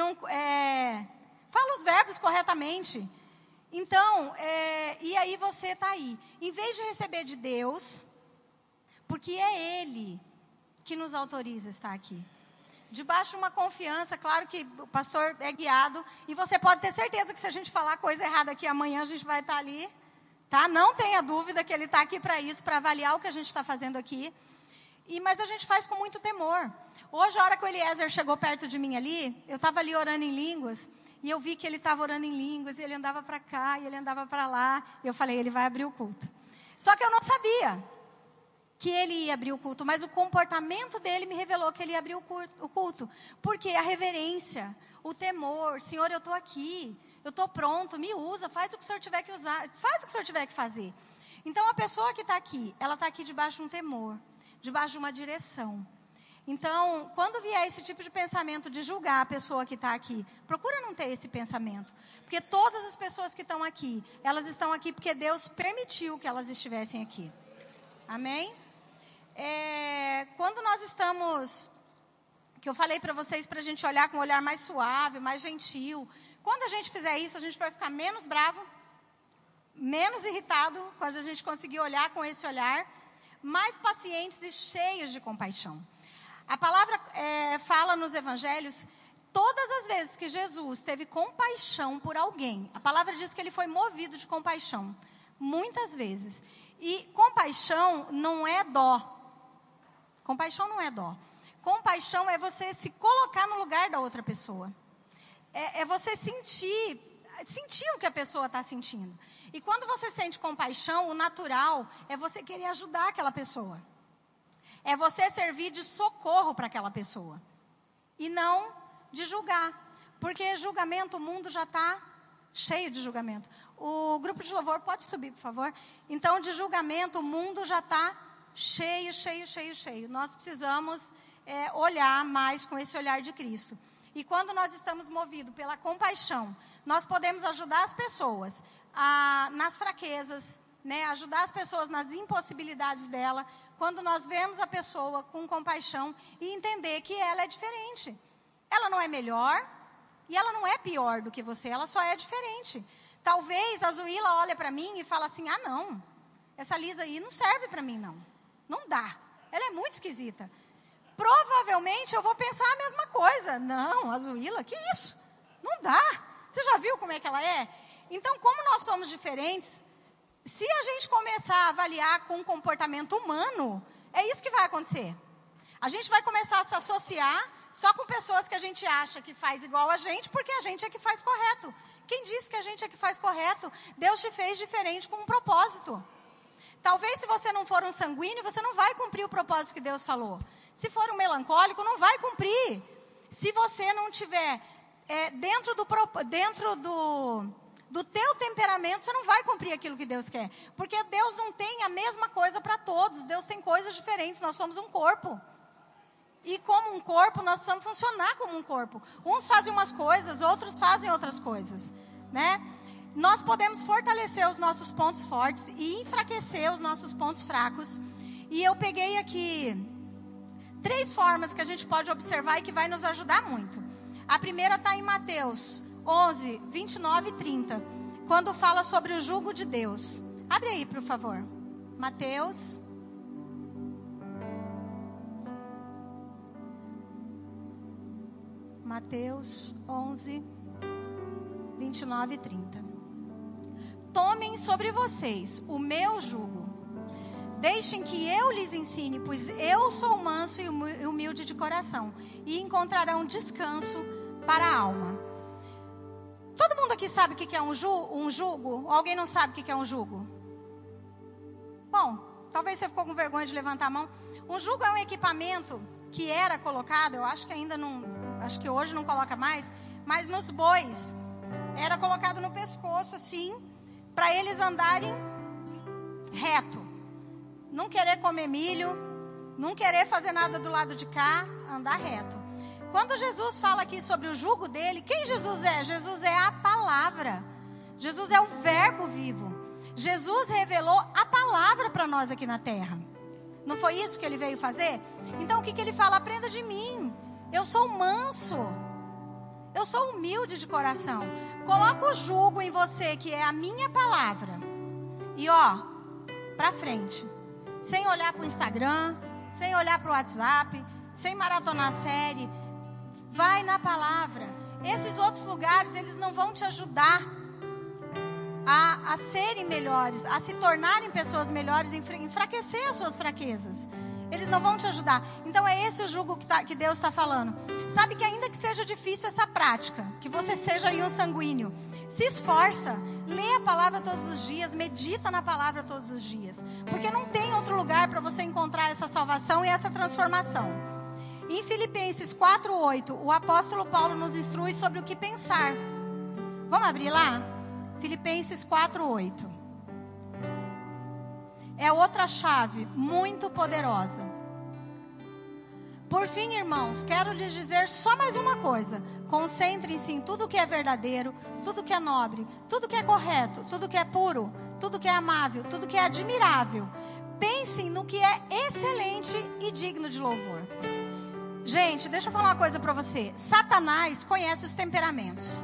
S1: fala os verbos corretamente. Então, e aí você está aí. Em vez de receber de Deus, porque é Ele que nos autoriza a estar aqui. Debaixo de uma confiança, claro que o pastor é guiado, e você pode ter certeza que se a gente falar coisa errada aqui amanhã, a gente vai estar ali, tá? Não tenha dúvida que ele está aqui para isso, para avaliar o que a gente está fazendo aqui. Mas a gente faz com muito temor. Hoje, a hora que o Eliezer chegou perto de mim ali, eu estava ali orando em línguas, e eu vi que ele estava orando em línguas, e ele andava para cá, e ele andava para lá, e eu falei, ele vai abrir o culto. Só que eu não sabia. que ele ia abrir o culto, mas o comportamento dele me revelou que ele ia abrir o culto. Porque a reverência, o temor, Senhor, eu estou aqui, eu estou pronto, me usa, faz o que o Senhor tiver que usar, faz o que o Senhor tiver que fazer. Então a pessoa que está aqui, ela está aqui debaixo de um temor, debaixo de uma direção. Então, quando vier esse tipo de pensamento de julgar a pessoa que está aqui, procura não ter esse pensamento. Porque todas as pessoas que estão aqui, elas estão aqui porque Deus permitiu que elas estivessem aqui. Amém? Quando nós estamos, que eu falei para vocês para a gente olhar com um olhar mais suave, mais gentil. Quando a gente fizer isso, a gente vai ficar menos bravo, menos irritado, quando a gente conseguir olhar com esse olhar, mais pacientes e cheios de compaixão. A palavra fala nos evangelhos, todas as vezes que Jesus teve compaixão por alguém, a palavra diz que ele foi movido de compaixão, muitas vezes. E compaixão não é dó. Compaixão não é dó. Compaixão é você se colocar no lugar da outra pessoa. É você sentir o que a pessoa está sentindo. E quando você sente compaixão, o natural é você querer ajudar aquela pessoa. É você servir de socorro para aquela pessoa. E não de julgar. Porque julgamento, o mundo já está cheio de julgamento. O grupo de louvor pode subir, por favor. Então, de julgamento, o mundo já está cheio. Nós precisamos olhar mais com esse olhar de Cristo. E quando nós estamos movidos pela compaixão, nós podemos ajudar as pessoas nas fraquezas, né? Ajudar as pessoas nas impossibilidades dela, quando nós vemos a pessoa com compaixão e entender que ela é diferente. Ela não é melhor e ela não é pior do que você, ela só é diferente. Talvez a Zuíla olhe para mim e fale assim, não, essa Lisa aí não serve para mim não dá, ela é muito esquisita. Provavelmente eu vou pensar a mesma coisa. Não, a Zuíla, que isso? Não dá. Você já viu como é que ela é? Então, como nós somos diferentes, se a gente começar a avaliar com o comportamento humano, é isso que vai acontecer. A gente vai começar a se associar só com pessoas que a gente acha que faz igual a gente, porque a gente é que faz correto. Quem disse que a gente é que faz correto? Deus te fez diferente com um propósito. Talvez se você não for um sanguíneo, você não vai cumprir o propósito que Deus falou. Se for um melancólico, não vai cumprir. Se você não tiver dentro do teu temperamento, você não vai cumprir aquilo que Deus quer. Porque Deus não tem a mesma coisa para todos. Deus tem coisas diferentes. Nós somos um corpo. E como um corpo, nós precisamos funcionar como um corpo. Uns fazem umas coisas, outros fazem outras coisas, né? Nós podemos fortalecer os nossos pontos fortes e enfraquecer os nossos pontos fracos. E eu peguei aqui 3 formas que a gente pode observar e que vai nos ajudar muito. A primeira está em Mateus 11, 29 e 30, quando fala sobre o jugo de Deus. Abre aí, por favor. Mateus 11, 29 e 30. Tomem sobre vocês o meu jugo. Deixem que eu lhes ensine, pois eu sou manso e humilde de coração, e encontrarão descanso para a alma. Todo mundo aqui sabe o que é um jugo? Ou alguém não sabe o que é um jugo? Bom, talvez você ficou com vergonha de levantar a mão. Um jugo é um equipamento que era colocado, eu acho que ainda não, acho que hoje não coloca mais, mas nos bois, era colocado no pescoço assim, para eles andarem reto. Não querer comer milho, não querer fazer nada do lado de cá, andar reto. Quando Jesus fala aqui sobre o jugo dele, quem Jesus é? Jesus é a palavra. Jesus é o verbo vivo. Jesus revelou a palavra para nós aqui na terra. Não foi isso que ele veio fazer? Então o que ele fala? Aprenda de mim. Eu sou manso. Eu sou humilde de coração. Coloca o jugo em você, que é a minha palavra. E pra frente. Sem olhar para o Instagram, sem olhar para o WhatsApp, sem maratonar a série. Vai na palavra. Esses outros lugares, eles não vão te ajudar a serem melhores, a se tornarem pessoas melhores, enfraquecer as suas fraquezas. Eles não vão te ajudar. Então é esse o jugo que Deus está falando. Sabe que ainda que seja difícil essa prática, que você seja aí um sanguíneo, se esforça, lê a palavra todos os dias, medita na palavra todos os dias. Porque não tem outro lugar para você encontrar essa salvação e essa transformação. Em Filipenses 4:8, o apóstolo Paulo nos instrui sobre o que pensar. Vamos abrir lá? Filipenses 4:8. É outra chave muito poderosa. Por fim, irmãos, quero lhes dizer só mais uma coisa. Concentrem-se em tudo que é verdadeiro, tudo que é nobre, tudo que é correto, tudo que é puro, tudo que é amável, tudo que é admirável. Pensem no que é excelente e digno de louvor. Gente, deixa eu falar uma coisa para você. Satanás conhece os temperamentos.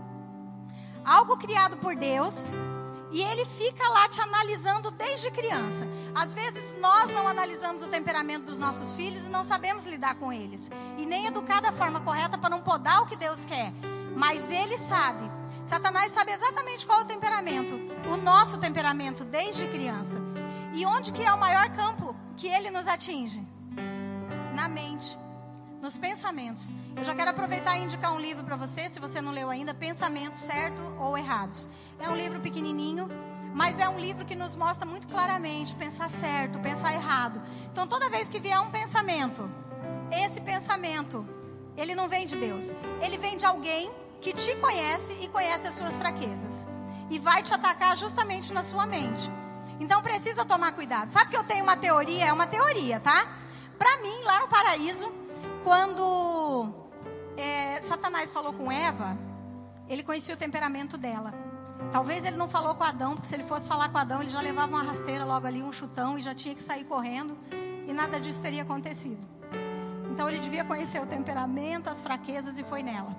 S1: Algo criado por Deus, e ele fica lá te analisando desde criança. Às vezes nós não analisamos o temperamento dos nossos filhos e não sabemos lidar com eles. E nem educar da forma correta para não podar o que Deus quer. Mas ele sabe. Satanás sabe exatamente qual é o temperamento. O nosso temperamento desde criança. E onde que é o maior campo que ele nos atinge? Na mente. Nos pensamentos. Eu já quero aproveitar e indicar um livro para você, se você não leu ainda, Pensamentos Certos ou Errados. É um livro pequenininho, mas é um livro que nos mostra muito claramente pensar certo, pensar errado. Então toda vez que vier um pensamento, esse pensamento, ele não vem de Deus. Ele vem de alguém que te conhece e conhece as suas fraquezas. E vai te atacar justamente na sua mente. Então precisa tomar cuidado. Sabe que eu tenho uma teoria? É uma teoria, tá? Para mim, lá no paraíso, quando Satanás falou com Eva, ele conhecia o temperamento dela. Talvez ele não falou com Adão, porque se ele fosse falar com Adão, ele já levava uma rasteira logo ali, um chutão, e já tinha que sair correndo, e nada disso teria acontecido. Então ele devia conhecer o temperamento, as fraquezas, e foi nela.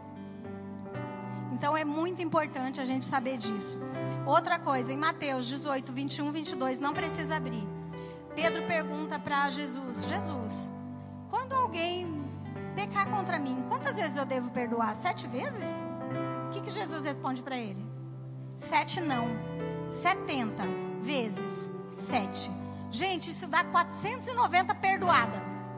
S1: Então é muito importante a gente saber disso. Outra coisa, em Mateus 18, 21, 22, não precisa abrir. Pedro pergunta para Jesus: Jesus, quando alguém pecar contra mim, quantas vezes eu devo perdoar? 7 vezes? O que Jesus responde para ele? 7 não, 70 vezes 7. Gente, isso dá 490 perdoada.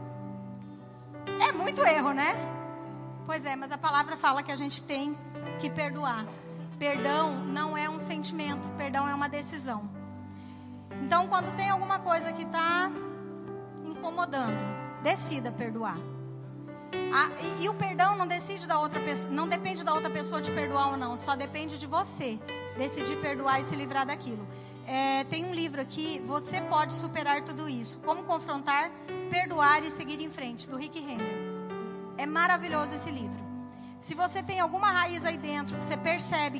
S1: É muito erro, né? Pois é, mas a palavra fala que a gente tem que perdoar. Perdão não é um sentimento, perdão é uma decisão. Então, quando tem alguma coisa que está incomodando, decida perdoar. E o perdão não decide da outra pessoa, não depende da outra pessoa te perdoar ou não, só depende de você decidir perdoar e se livrar daquilo. Tem um livro aqui, Você Pode Superar Tudo Isso, Como Confrontar, Perdoar e Seguir em Frente, do Rick Renner. É maravilhoso esse livro. Se você tem alguma raiz aí dentro, que você percebe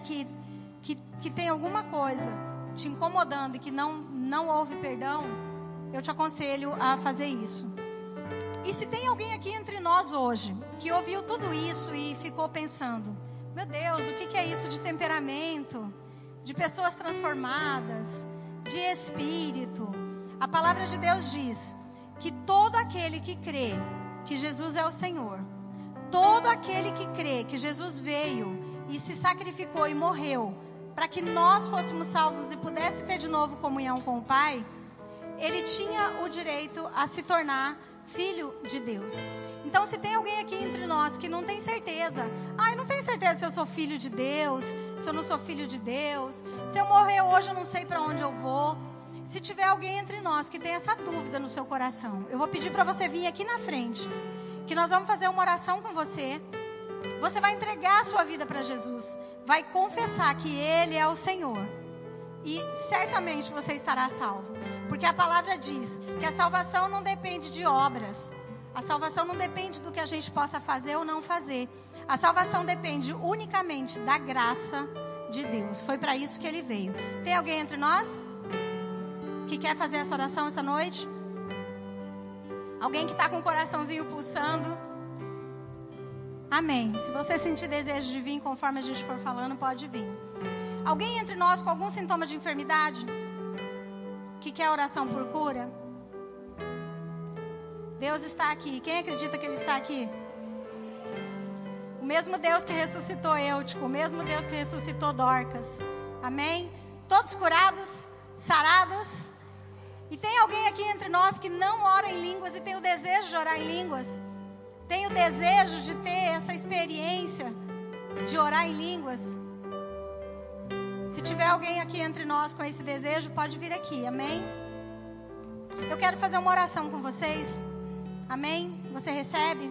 S1: que tem alguma coisa te incomodando e que não houve perdão, eu te aconselho a fazer isso. E se tem alguém aqui entre nós hoje que ouviu tudo isso e ficou pensando: meu Deus, o que é isso de temperamento, de pessoas transformadas, de espírito? A palavra de Deus diz que todo aquele que crê que Jesus é o Senhor, todo aquele que crê que Jesus veio e se sacrificou e morreu para que nós fôssemos salvos e pudesse ter de novo comunhão com o Pai, ele tinha o direito a se tornar filho de Deus. Então, se tem alguém aqui entre nós que não tem certeza, eu não tenho certeza se eu sou filho de Deus, se eu não sou filho de Deus, se eu morrer hoje eu não sei para onde eu vou. Se tiver alguém entre nós que tem essa dúvida no seu coração, eu vou pedir para você vir aqui na frente, que nós vamos fazer uma oração com você. Você vai entregar a sua vida para Jesus, vai confessar que Ele é o Senhor, e certamente você estará salvo. Porque a palavra diz que a salvação não depende de obras. A salvação não depende do que a gente possa fazer ou não fazer. A salvação depende unicamente da graça de Deus. Foi para isso que Ele veio. Tem alguém entre nós que quer fazer essa oração essa noite? Alguém que está com o coraçãozinho pulsando? Amém. Se você sentir desejo de vir, conforme a gente for falando, pode vir. Alguém entre nós com algum sintoma de enfermidade? Que quer oração por cura? Deus está aqui. Quem acredita que Ele está aqui? O mesmo Deus que ressuscitou Eutico, o mesmo Deus que ressuscitou Dorcas. Amém? Todos curados, sarados. E tem alguém aqui entre nós que não ora em línguas e tem o desejo de orar em línguas? Tem o desejo de ter essa experiência de orar em línguas? Se tiver alguém aqui entre nós com esse desejo, pode vir aqui, amém? Eu quero fazer uma oração com vocês, amém? Você recebe?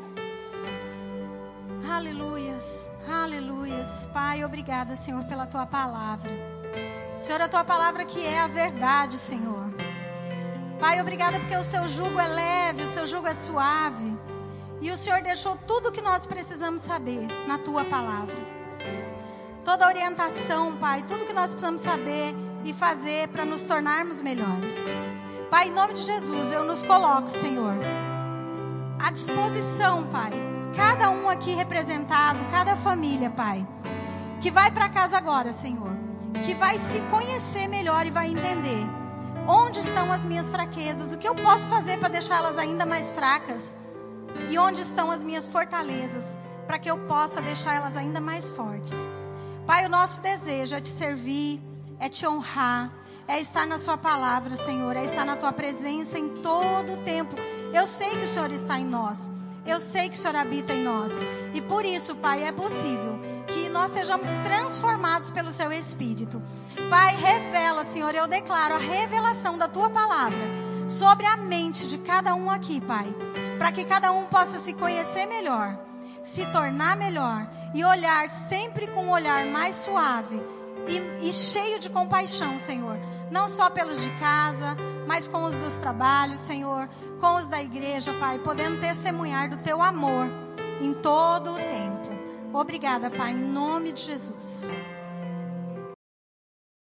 S1: Aleluias, aleluias. Pai, obrigada, Senhor, pela Tua palavra. Senhor, a Tua palavra que é a verdade, Senhor. Pai, obrigada porque o Seu jugo é leve, o Seu jugo é suave. E o Senhor deixou tudo o que nós precisamos saber na Tua palavra. Toda a orientação, Pai, tudo que nós precisamos saber e fazer para nos tornarmos melhores. Pai, em nome de Jesus, eu nos coloco, Senhor, à disposição, Pai. Cada um aqui representado, cada família, Pai, que vai para casa agora, Senhor, que vai se conhecer melhor e vai entender onde estão as minhas fraquezas, o que eu posso fazer para deixá-las ainda mais fracas e onde estão as minhas fortalezas, para que eu possa deixá-las ainda mais fortes. Pai, o nosso desejo é te servir, é te honrar, é estar na Sua palavra, Senhor, é estar na Tua presença em todo o tempo. Eu sei que o Senhor está em nós. Eu sei que o Senhor habita em nós. E por isso, Pai, é possível que nós sejamos transformados pelo Seu Espírito. Pai, revela, Senhor, eu declaro a revelação da Tua palavra sobre a mente de cada um aqui, Pai. Para que cada um possa se conhecer melhor, se tornar melhor e olhar sempre com um olhar mais suave e cheio de compaixão, Senhor. Não só pelos de casa, mas com os dos trabalhos, Senhor, com os da igreja, Pai, podendo testemunhar do Teu amor em todo o tempo. Obrigada, Pai, em nome de Jesus.